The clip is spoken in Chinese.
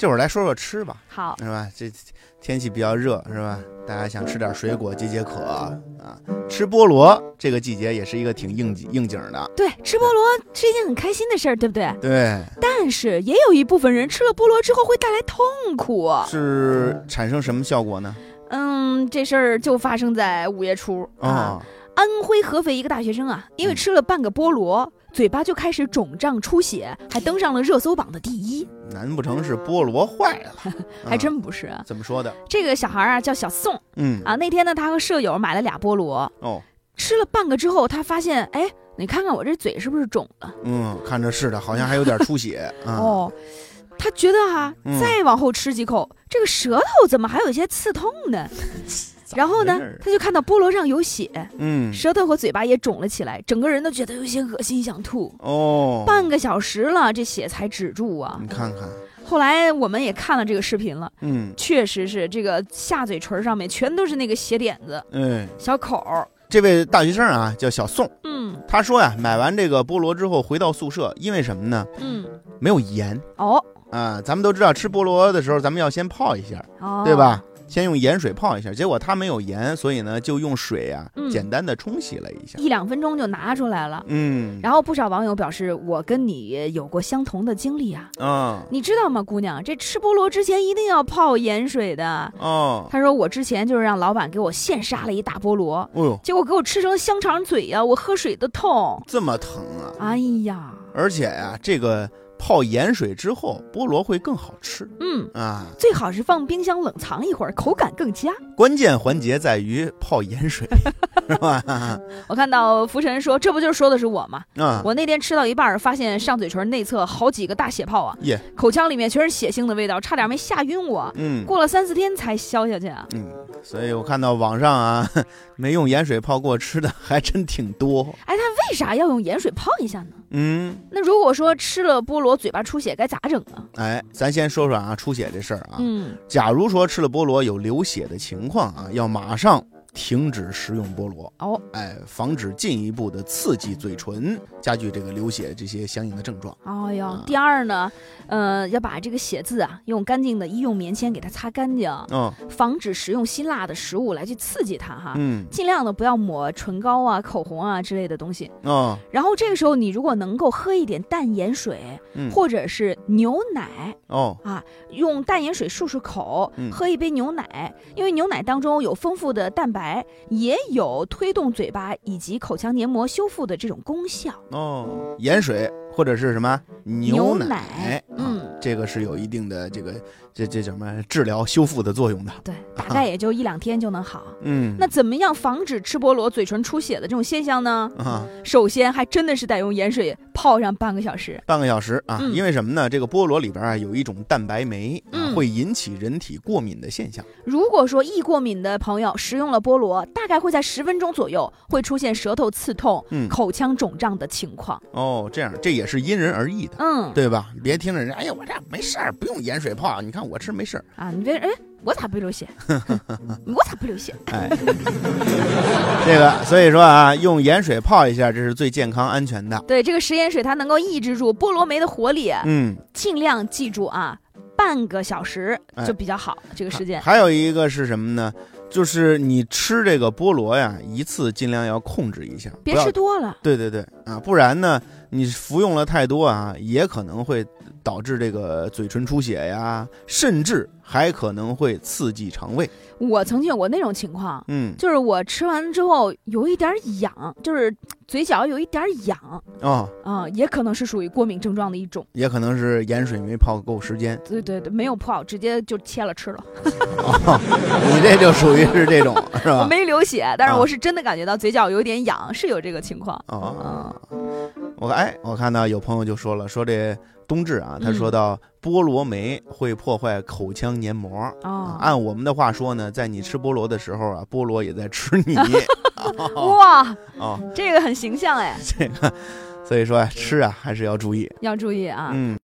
这会儿来说说吃吧， 好， 是吧？这天气比较热，是吧？大家想吃点水果解解渴啊。吃菠萝这个季节也是一个挺应景的。 对，吃菠萝是一件很开心的事儿，对不对？ 对。 但是也有一部分人吃了菠萝之后会带来痛苦， 是产生什么效果呢？ 这事儿就发生在5月初啊。安徽合肥一个大学生啊，因为吃了半个菠萝，嘴巴就开始肿胀出血，还登上了热搜榜的第1。 难不成是菠萝坏了？ 还真不是。 怎么说的？ 这个小孩啊叫小宋，那天呢他和舍友买了2菠萝，吃了半个之后，他发现，哎，你看看我这嘴是不是肿了？ 看着是的，好像还有点出血。 他觉得再往后吃几口，这个舌头怎么还有一些刺痛呢？然后呢，他就看到菠萝上有血，舌头和嘴巴也肿了起来，整个人都觉得有些恶心，想吐。半个小时了，这血才止住啊！ 你看看。 后来我们也看了这个视频了，确实是这个下嘴唇上面全都是那个血点子，小口。 这位大学生啊，叫小宋，他说呀，买完这个菠萝之后回到宿舍，因为什么呢？没有盐。咱们都知道吃菠萝的时候，咱们要先泡一下，对吧？先用盐水泡一下，结果它没有盐，所以呢就用水啊简单的冲洗了一下 ，1-2分钟就拿出来了。然后不少网友表示，我跟你有过相同的经历啊。你知道吗，姑娘，这吃菠萝之前一定要泡盐水的。他说我之前就是让老板给我现杀了一大菠萝，结果给我吃成香肠嘴呀，我喝水都痛。 这么疼啊？ 哎呀！ 而且呀，这个泡盐水之后，菠萝会更好吃。 最好是放冰箱冷藏一会儿，口感更佳。 关键环节在于泡盐水，是吧？ 我看到浮尘说，这不就是说的是我吗？我那天吃到一半，发现上嘴唇内侧好几个大血泡啊，口腔里面全是血腥的味道，差点没吓晕我。过了3-4天才消下去啊。 所以我看到网上啊，没用盐水泡过吃的还真挺多。 哎，他为啥要用盐水泡一下呢？那如果说吃了菠萝嘴巴出血该咋整啊？ 哎，咱先说说啊出血这事儿啊。假如说吃了菠萝有流血的情况啊，要马上停止食用菠萝防止进一步的刺激嘴唇，加剧这个流血这些相应的症状。 第二呢，要把这个血渍啊用干净的医用棉签给它擦干净，防止食用辛辣的食物来去刺激它哈。尽量的不要抹唇膏啊、口红啊之类的东西。然后这个时候你如果能够喝一点淡盐水，或者是牛奶用淡盐水漱口，喝一杯牛奶，因为牛奶当中有丰富的蛋白，也有推动嘴巴以及口腔黏膜修复的这种功效。 盐水或者是什么牛奶，这个是有一定的这叫什么治疗修复的作用的。 对，大概也就1-2天就能好。那怎么样防止吃菠萝嘴唇出血的这种现象呢？首先还真的是得用盐水泡上半个小时。因为什么呢？这个菠萝里边啊有一种蛋白酶，会引起人体过敏的现象。如果说易过敏的朋友食用了菠萝，大概会在10分钟左右会出现舌头刺痛、口腔肿胀的情况。 这样，这也是因人而异的，对吧？别听着人，哎呀，我这没事儿，不用盐水泡，你看我吃没事儿啊。你别，我咋不流血？我咋不流血？ 这个，所以说啊，用盐水泡一下，这是最健康安全的。 对，这个食盐水它能够抑制住菠萝酶的活力。尽量记住啊，半个小时就比较好，这个时间。 还有一个是什么呢？就是你吃这个菠萝呀，一次尽量要控制一下， 别吃多了。 对不然呢，你服用了太多啊，也可能会导致这个嘴唇出血呀，甚至还可能会刺激肠胃。 我曾经有过那种情况，就是我吃完之后有一点痒，就是嘴角有一点痒也可能是属于过敏症状的一种， 也可能是盐水没泡够时间。 对，没有泡，直接就切了吃了。 你这就属于是这种是吧？ 我没流血，但是我是真的感觉到嘴角有点痒，是有这个情况。 我看到有朋友就说了，说这冬至啊，他说到菠萝酶会破坏口腔黏膜。按我们的话说呢，在你吃菠萝的时候啊，菠萝也在吃你。 哇，这个很形象哎。 所以说吃啊还是要注意， 要注意啊。